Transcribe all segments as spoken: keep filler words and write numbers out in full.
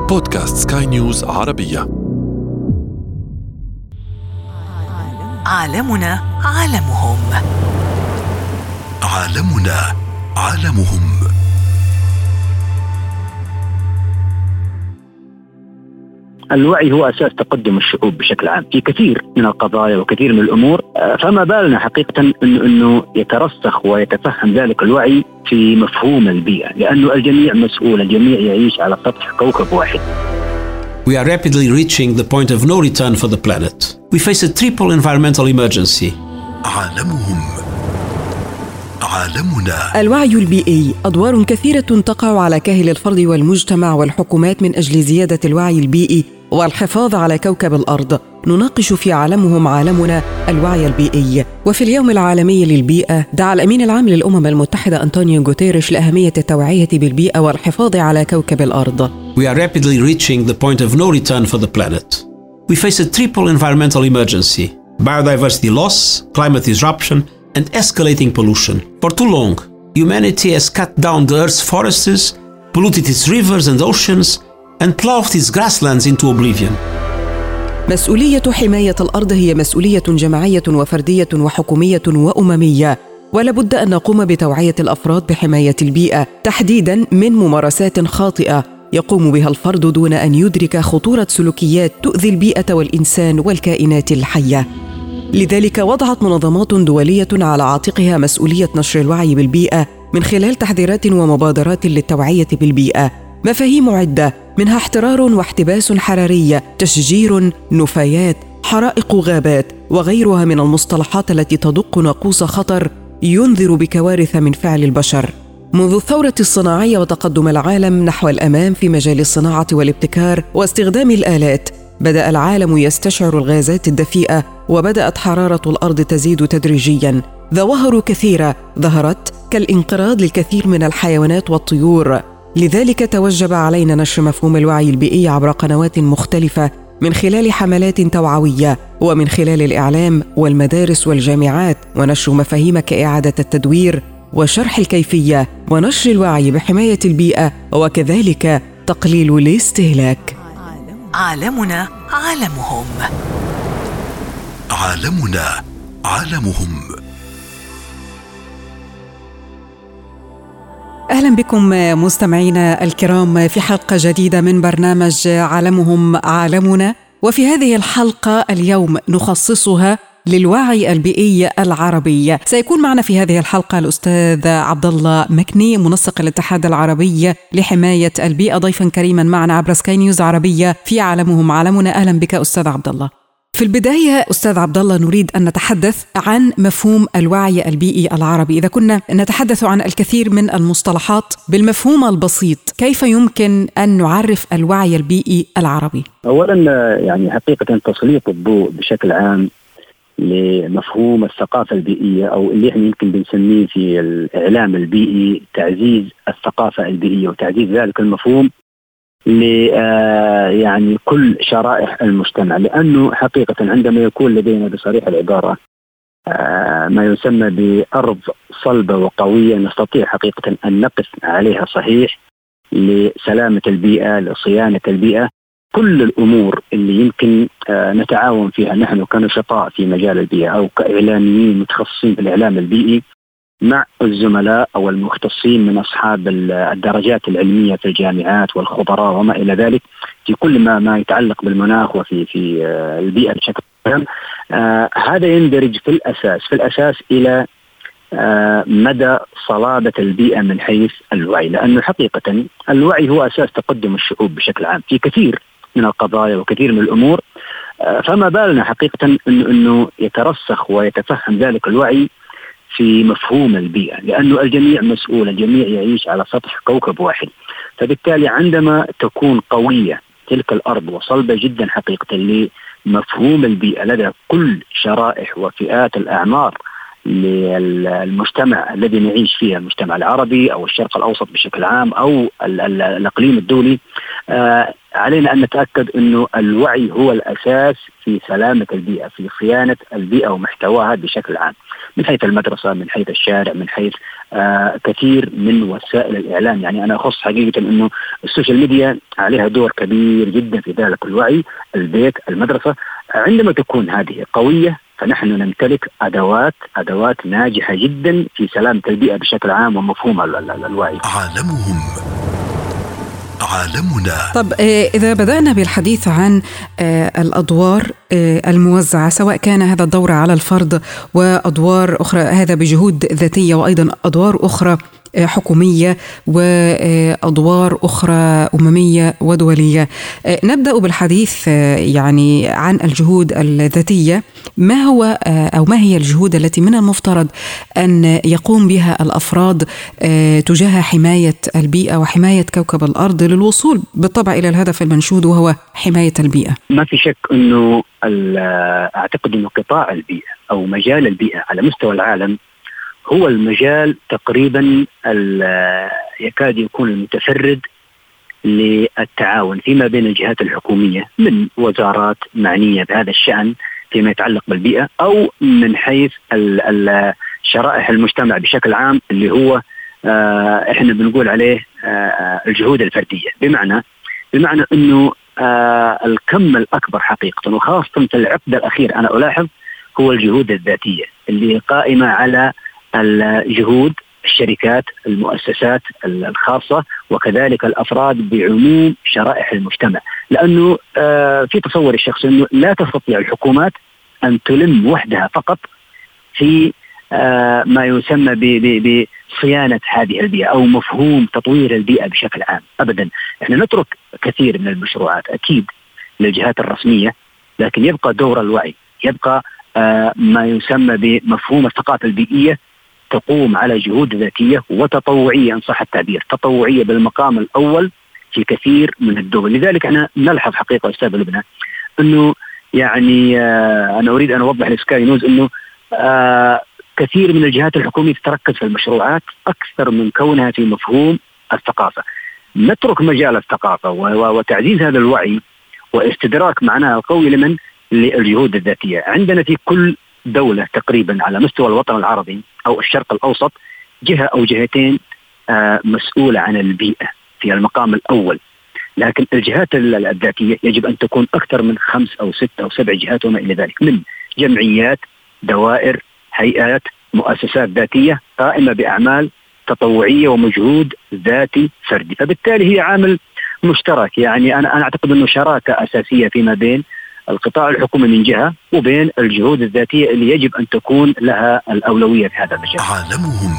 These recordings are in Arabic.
بودكاست سكاي نيوز عربية. عالمنا عالمهم. عالمنا عالمهم. الوعي هو أساس تقدم الشعوب بشكل عام في كثير من القضايا وكثير من الأمور، فما بالنا حقيقة إنه إنه يترسخ ويتفهم ذلك الوعي في مفهوم البيئة، لأنه الجميع مسؤول، الجميع يعيش على سطح كوكب واحد. We are rapidly reaching the point of no return for the planet. We face a triple environmental emergency. عالمهم. عالمنا. الوعي البيئي أدوار كثيرة تقع على كاهل الفرد والمجتمع والحكومات من أجل زيادة الوعي البيئي والحفاظ على كوكب الأرض. نناقش في عالمهم عالمنا الوعي البيئي. وفي اليوم العالمي للبيئة دعا الأمين العام للأمم المتحدة أنطونيو غوتيريش لأهمية التوعية بالبيئة والحفاظ على كوكب الأرض. We are rapidly reaching the point of no return for the planet. We face a triple environmental emergency: biodiversity loss, climate disruption, and escalating pollution. For too long, humanity has cut down the Earth's forests, polluted its rivers and oceans, and plowed its grasslands into oblivion. مسؤولية حماية الأرض هي مسؤولية جماعية وفردية وحكومية وأممية، ولا بد أن نقوم بتوعية الأفراد بحماية البيئة، تحديداً من ممارسات خاطئة يقوم بها الفرد دون أن يدرك خطورة سلوكيات تؤذي البيئة والإنسان والكائنات الحية. لذلك وضعت منظمات دولية على عاتقها مسؤولية نشر الوعي بالبيئة من خلال تحذيرات ومبادرات للتوعية بالبيئة. مفاهيم عدة منها احترار واحتباس حراري، تشجير، نفايات، حرائق غابات وغيرها من المصطلحات التي تدق ناقوس خطر ينذر بكوارث من فعل البشر. منذ الثورة الصناعية وتقدم العالم نحو الأمام في مجال الصناعة والابتكار واستخدام الآلات، بدأ العالم يستشعر الغازات الدفيئة وبدأت حرارة الأرض تزيد تدريجياً. ظواهر كثيرة ظهرت كالانقراض للكثير من الحيوانات والطيور. لذلك توجب علينا نشر مفهوم الوعي البيئي عبر قنوات مختلفة من خلال حملات توعوية ومن خلال الإعلام والمدارس والجامعات، ونشر مفاهيم كإعادة التدوير وشرح الكيفية ونشر الوعي بحماية البيئة وكذلك تقليل الاستهلاك. عالمنا عالمهم. عالمنا عالمهم. أهلا بكم مستمعينا الكرام في حلقة جديدة من برنامج عالمهم عالمنا، وفي هذه الحلقة اليوم نخصصها للوعي البيئي العربي. سيكون معنا في هذه الحلقة الأستاذ عبد الله مكني، منسق الاتحاد العربي لحماية البيئة، ضيفا كريما معنا عبر سكاي نيوز عربية في عالمهم عالمنا. أهلا بك أستاذ عبد الله. في البداية أستاذ عبد الله نريد أن نتحدث عن مفهوم الوعي البيئي العربي. إذا كنا نتحدث عن الكثير من المصطلحات بالمفهوم البسيط، كيف يمكن أن نعرف الوعي البيئي العربي؟ أولا يعني حقيقة تسليط الضوء بشكل عام لمفهوم الثقافة البيئية، أو اللي احنا يمكن بنسميه في الإعلام البيئي تعزيز الثقافة البيئية وتعزيز ذلك المفهوم ل يعني كل شرائح المجتمع، لأنه حقيقة عندما يكون لدينا بصريح العبارة ما يسمى بأرض صلبة وقوية نستطيع حقيقة أن نقف عليها صحيح لسلامة البيئة، لصيانة البيئة، كل الأمور اللي يمكن نتعاون فيها نحن كنشطاء في مجال البيئة أو كإعلاميين متخصصين في الإعلام البيئي مع الزملاء أو المختصين من أصحاب الدرجات العلمية في الجامعات والخبراء وما إلى ذلك في كل ما ما يتعلق بالمناخ وفي في البيئة بشكل عام. آه هذا يندرج في الأساس في الأساس إلى آه مدى صلابة البيئة من حيث الوعي، لأنه حقيقة الوعي هو أساس تقدم الشعوب بشكل عام في كثير من القضايا وكثير من الأمور، آه فما بالنا حقيقة إنه إنه يترسخ ويتفهم ذلك الوعي في مفهوم البيئة، لأنه الجميع مسؤول، الجميع يعيش على سطح كوكب واحد. فبالتالي عندما تكون قوية تلك الأرض وصلبة جدا حقيقة لمفهوم البيئة لدى كل شرائح وفئات الأعمار للمجتمع الذي نعيش فيه، المجتمع العربي أو الشرق الأوسط بشكل عام أو الإقليم الدولي، آه علينا أن نتأكد أنه الوعي هو الأساس في سلامة البيئة، في صيانة البيئة ومحتواها بشكل عام، من حيث المدرسة، من حيث الشارع، من حيث آه كثير من وسائل الإعلام. يعني أنا أخص حقيقة أنه السوشيال ميديا عليها دور كبير جدا في ذلك الوعي. البيت، المدرسة، عندما تكون هذه قوية فنحن نمتلك أدوات أدوات ناجحة جدا في سلامة البيئة بشكل عام ومفهوم الوعي. عالمهم عالمنا. طب إذا بدأنا بالحديث عن الأدوار الموزعة، سواء كان هذا الدور على الفرد وأدوار أخرى، هذا بجهود ذاتية، وأيضا أدوار أخرى حكومية وأدوار أخرى أممية ودولية. نبدأ بالحديث يعني عن الجهود الذاتية. ما هو أو ما هي الجهود التي من المفترض أن يقوم بها الأفراد تجاه حماية البيئة وحماية كوكب الأرض للوصول بالطبع إلى الهدف المنشود وهو حماية البيئة؟ ما في شك أنه أعتقد أنه قطاع البيئة أو مجال البيئة على مستوى العالم هو المجال تقريبا يكاد يكون المتفرد للتعاون فيما بين الجهات الحكومية من وزارات معنية بهذا الشأن فيما يتعلق بالبيئة، أو من حيث شرائح المجتمع بشكل عام اللي هو احنا بنقول عليه الجهود الفردية. بمعنى بمعنى أنه الكم الأكبر حقيقة وخاصة في العقد الأخير أنا ألاحظ هو الجهود الذاتية اللي قائمة على الجهود الشركات، المؤسسات الخاصة، وكذلك الأفراد بعموم شرائح المجتمع. لأنه في تصور الشخص أنه لا تستطيع الحكومات أن تلم وحدها فقط في ما يسمى بصيانة هذه البيئة أو مفهوم تطوير البيئة بشكل عام. أبدا، احنا نترك كثير من المشروعات أكيد للجهات الرسمية، لكن يبقى دور الوعي، يبقى ما يسمى بمفهوم الثقافة البيئية تقوم على جهود ذاتية وتطوعية، إن صح التعبير، تطوعية بالمقام الأول في كثير من الدول. لذلك أنا نلحظ حقيقة أستاذ لبنى أنه يعني آه أنا أريد أن أوضح لسكاي نيوز أنه آه كثير من الجهات الحكومية تتركز في المشروعات أكثر من كونها في مفهوم الثقافة. نترك مجال الثقافة وتعزيز هذا الوعي واستدراك معناها القوي لمن للجهود الذاتية. عندنا في كل دولة تقريبا على مستوى الوطن العربي أو الشرق الأوسط جهة أو جهتين آه مسؤولة عن البيئة في المقام الأول، لكن الجهات الذاتية يجب أن تكون أكثر من خمس أو ست أو سبع جهات وما إلى ذلك، من جمعيات، دوائر، هيئات، مؤسسات ذاتية قائمة بأعمال تطوعية ومجهود ذاتي فردي. فبالتالي هي عامل مشترك. يعني أنا أنا أعتقد أنه شراكة أساسية فيما بين القطاع الحكومي من جهة وبين الجهود الذاتية اللي يجب أن تكون لها الأولوية في هذا المجال. عالمهم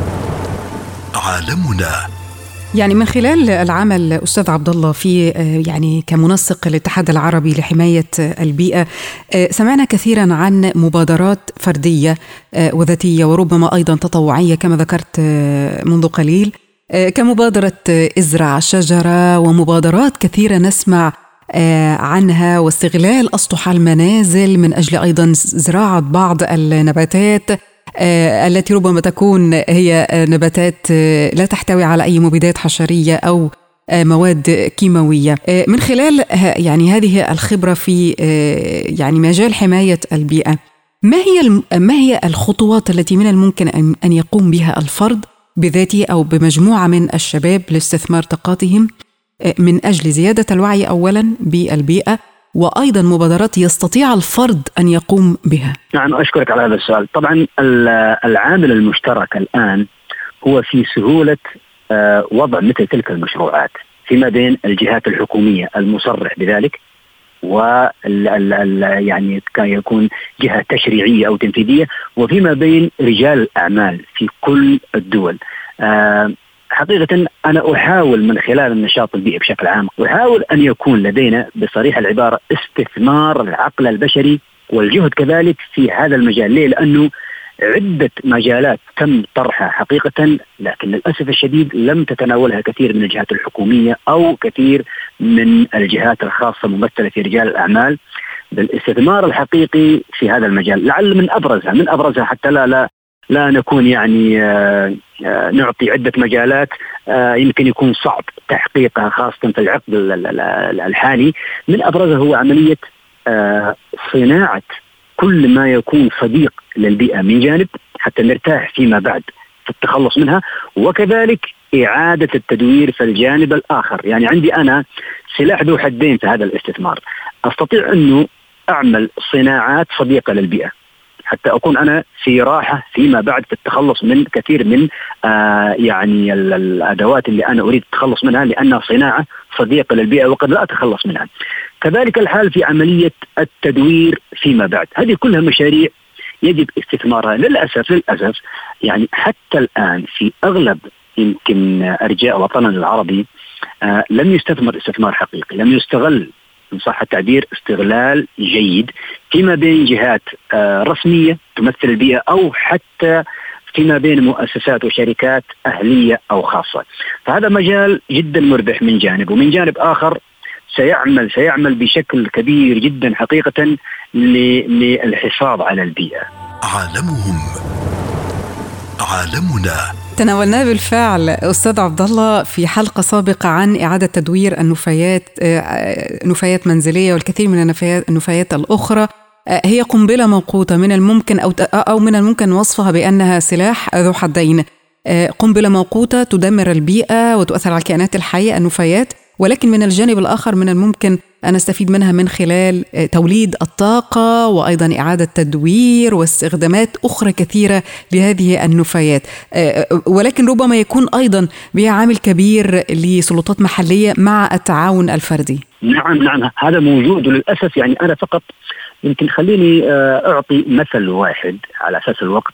عالمنا. يعني من خلال العمل أستاذ عبد الله في يعني كمنسق الاتحاد العربي لحماية البيئة، سمعنا كثيرا عن مبادرات فردية وذاتية وربما أيضا تطوعية كما ذكرت منذ قليل، كمبادرة ازرع شجرة ومبادرات كثيرة نسمع عنها، واستغلال أسطح المنازل من أجل أيضا زراعة بعض النباتات التي ربما تكون هي نباتات لا تحتوي على أي مبيدات حشرية أو مواد كيماوية. من خلال يعني هذه الخبرة في يعني مجال حماية البيئة، ما هي ما هي الخطوات التي من الممكن أن يقوم بها الفرد بذاته أو بمجموعة من الشباب لاستثمار طاقاتهم من أجل زيادة الوعي أولا بالبيئة، وأيضا مبادرات يستطيع الفرد أن يقوم بها؟ نعم، أشكرك على هذا السؤال. طبعا العامل المشترك الآن هو في سهولة وضع مثل تلك المشروعات فيما بين الجهات الحكومية المصرح بذلك، و يعني كان يكون جهة تشريعية أو تنفيذية، وفيما بين رجال الأعمال في كل الدول. حقيقة أنا أحاول من خلال النشاط البيئي بشكل عام أحاول أن يكون لدينا بصريح العبارة استثمار العقل البشري والجهد كذلك في هذا المجال. ليه؟ لأنه عدة مجالات تم طرحها حقيقة، لكن للأسف الشديد لم تتناولها كثير من الجهات الحكومية أو كثير من الجهات الخاصة ممثلة في رجال الأعمال بالاستثمار الحقيقي في هذا المجال. لعل من أبرزها من أبرزها حتى لا لا لا نكون يعني آه آه نعطي عدة مجالات آه يمكن يكون صعب تحقيقها خاصة في العقد الحالي. من أبرزها هو عملية آه صناعة كل ما يكون صديق للبيئة من جانب حتى نرتاح فيما بعد في التخلص منها، وكذلك إعادة التدوير في الجانب الآخر. يعني عندي أنا سلاح ذو حدين في هذا الاستثمار، أستطيع أنه أعمل صناعات صديقة للبيئة حتى أكون أنا في راحة فيما بعد في التخلص من كثير من آه يعني الأدوات اللي أنا أريد التخلص منها لأنها صناعة صديقة للبيئة وقد لا أتخلص منها. كذلك الحال في عملية التدوير فيما بعد، هذه كلها مشاريع يجب استثمارها. للأسف للأسف يعني حتى الآن في أغلب يمكن أرجاء وطننا العربي آه لم يستثمر استثمار حقيقي، لم يستغل إن صح التعبير استغلال جيد فيما بين جهات آه رسمية تمثل البيئة أو حتى فيما بين مؤسسات وشركات أهلية أو خاصة. فهذا مجال جدا مربح من جانب، ومن جانب آخر سيعمل سيعمل بشكل كبير جدا حقيقة للحفاظ على البيئة. عالمهم عالمنا. تناولناه بالفعل أستاذ عبد الله في حلقة سابقة عن إعادة تدوير النفايات نفايات منزلية والكثير من النفايات الأخرى. هي قنبلة موقوتة من الممكن أو أو من الممكن وصفها بأنها سلاح ذو حدين. قنبلة موقوتة تدمر البيئة وتؤثر على الكائنات الحية النفايات، ولكن من الجانب الآخر من الممكن أن نستفيد منها من خلال توليد الطاقة وأيضا إعادة تدوير واستخدامات أخرى كثيرة لهذه النفايات، ولكن ربما يكون أيضا بها عامل كبير لسلطات محلية مع التعاون الفردي. نعم نعم هذا موجود، وللأسف يعني أنا فقط يمكن خليني أعطي مثل واحد على أساس الوقت.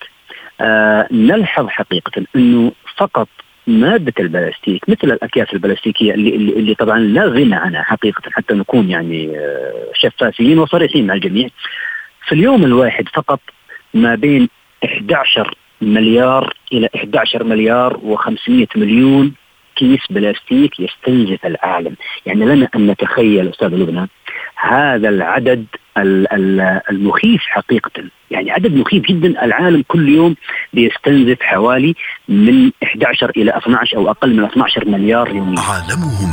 نلحظ حقيقة أنه فقط مادة البلاستيك مثل الأكياس البلاستيكية اللي, اللي, اللي طبعا لا غنى عنها حقيقة حتى نكون يعني شفافين وصريحين مع الجميع. في اليوم الواحد فقط ما بين إحدى عشر مليار إلى إحدى عشر مليار وخمسمائة مليون كيس بلاستيك يستنزف العالم. يعني لنا أن نتخيل أستاذ لبنى هذا العدد المخيف حقيقة، يعني عدد مخيف جدا. العالم كل يوم بيستنزف حوالي من إحدى عشر إلى اثني عشر أو أقل من اثني عشر مليار يوميا. عالمهم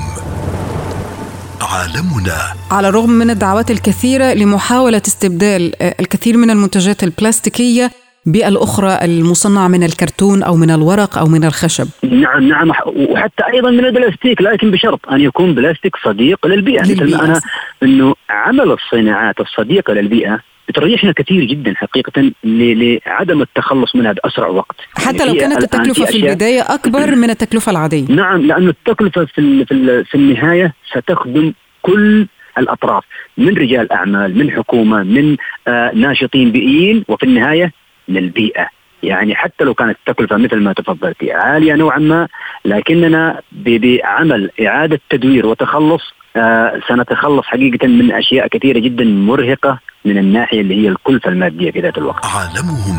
عالمنا. على الرغم من الدعوات الكثيرة لمحاولة استبدال الكثير من المنتجات البلاستيكية بالأخرى المصنعة من الكرتون أو من الورق أو من الخشب. نعم نعم وحتى أيضا من البلاستيك، لكن بشرط أن يكون بلاستيك صديق للبيئة. مثل ما أنا أنه عمل الصناعات الصديقة للبيئة بتريحنا كثير جدا حقيقة لعدم التخلص منها بأسرع وقت، حتى يعني لو كانت التكلفة في البداية أكبر من التكلفة العادية. نعم لأن التكلفة في في النهاية ستخدم كل الأطراف، من رجال أعمال، من حكومة، من آه ناشطين بيئيين، وفي النهاية للبيئة. يعني حتى لو كانت التكلفة مثل ما تفضلتي عالية نوعا ما، لكننا بعمل إعادة تدوير وتخلص آه سنتخلص حقيقة من أشياء كثيرة جدا مرهقة من الناحية اللي هي الكلفة المادية في ذات الوقت. عالمهم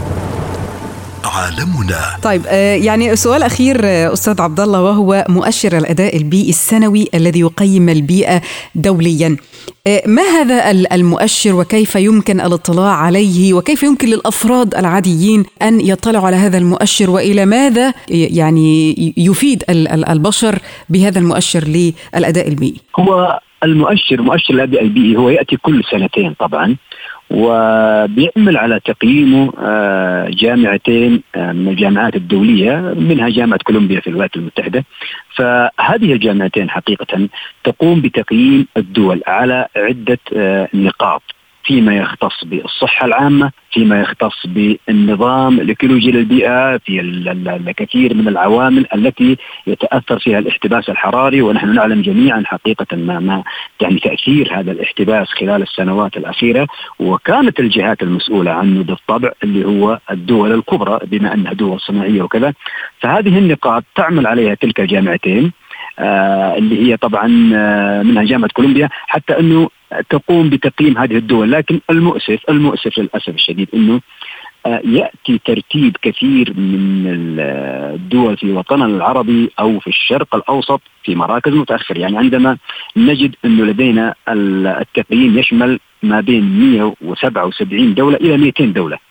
عالمنا. طيب يعني سؤال أخير أستاذ عبد الله، وهو مؤشر الأداء البيئي السنوي الذي يقيم البيئة دوليا. ما هذا المؤشر وكيف يمكن الاطلاع عليه، وكيف يمكن للأفراد العاديين أن يطلعوا على هذا المؤشر، وإلى ماذا يعني يفيد البشر بهذا المؤشر للأداء البيئي؟ هو المؤشر مؤشر الأداء البيئي هو يأتي كل سنتين طبعا، وبيعمل على تقييمه جامعتين من الجامعات الدولية، منها جامعة كولومبيا في الولايات المتحدة. فهذه الجامعتين حقيقة تقوم بتقييم الدول على عدة نقاط فيما يختص بالصحة العامة، فيما يختص بالنظام الإيكولوجي للبيئة، في الكثير من العوامل التي يتأثر فيها الاحتباس الحراري. ونحن نعلم جميعا حقيقة ما, ما يعني تأثير هذا الاحتباس خلال السنوات الأخيرة، وكانت الجهات المسؤولة عنه بالطبع اللي هو الدول الكبرى بما أنها دول صناعية وكذا. فهذه النقاط تعمل عليها تلك الجامعتين آه اللي هي طبعا آه منها جامعة كولومبيا، حتى أنه تقوم بتقييم هذه الدول. لكن المؤسف المؤسف للأسف الشديد أنه آه يأتي ترتيب كثير من الدول في وطننا العربي أو في الشرق الأوسط في مراكز متأخر. يعني عندما نجد أنه لدينا التقييم يشمل ما بين مئة وسبعة وسبعين دولة إلى مئتين دولة،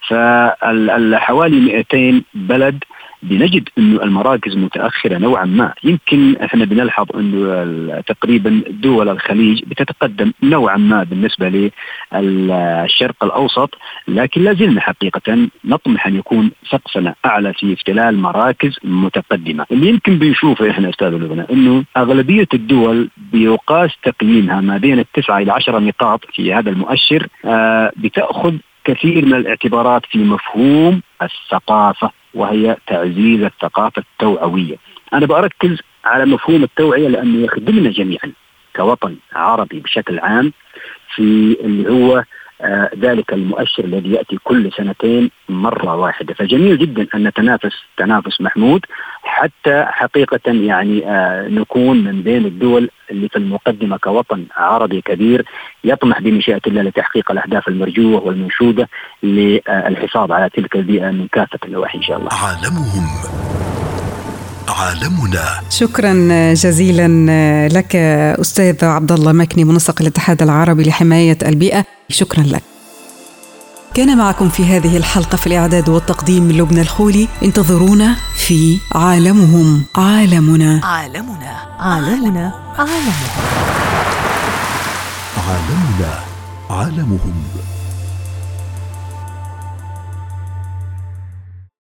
فحوالي مئتين بلد بنجد أنه المراكز متأخرة نوعا ما. يمكن احنا بنلحظ أنه تقريبا دول الخليج بتتقدم نوعا ما بالنسبة للشرق الأوسط، لكن لازلنا حقيقة نطمح أن يكون سقفنا أعلى في افتلال مراكز متقدمة. اللي يمكن بنشوفه احنا أستاذ لبنى أنه أغلبية الدول بيقاس تقييمها ما بين التسعة إلى عشرة نقاط في هذا المؤشر، آه بتأخذ كثير من الاعتبارات في مفهوم الثقافة، وهي تعزيز الثقافة التوعوية. أنا بركز على مفهوم التوعية لأنه يخدمنا جميعا كوطن عربي بشكل عام في اللي هو آه ذلك المؤشر الذي يأتي كل سنتين مرة واحدة. فجميل جدا أن نتنافس تنافس محمود حتى حقيقة يعني آه نكون من بين الدول اللي في المقدمة كوطن عربي كبير يطمح بمشيئة الله لتحقيق الأهداف المرجوة والمنشودة للحفاظ على تلك البيئة من كافة النواحي إن شاء الله. عالمهم عالمنا. شكرا جزيلا لك أستاذ عبد الله مكني، منسق الاتحاد العربي لحماية البيئة. شكرا لك. كان معكم في هذه الحلقة في الإعداد والتقديم من لبنى الخولي. انتظرونا في عالمهم عالمنا. عالمنا عالمنا عالمهم. عالمنا عالمهم.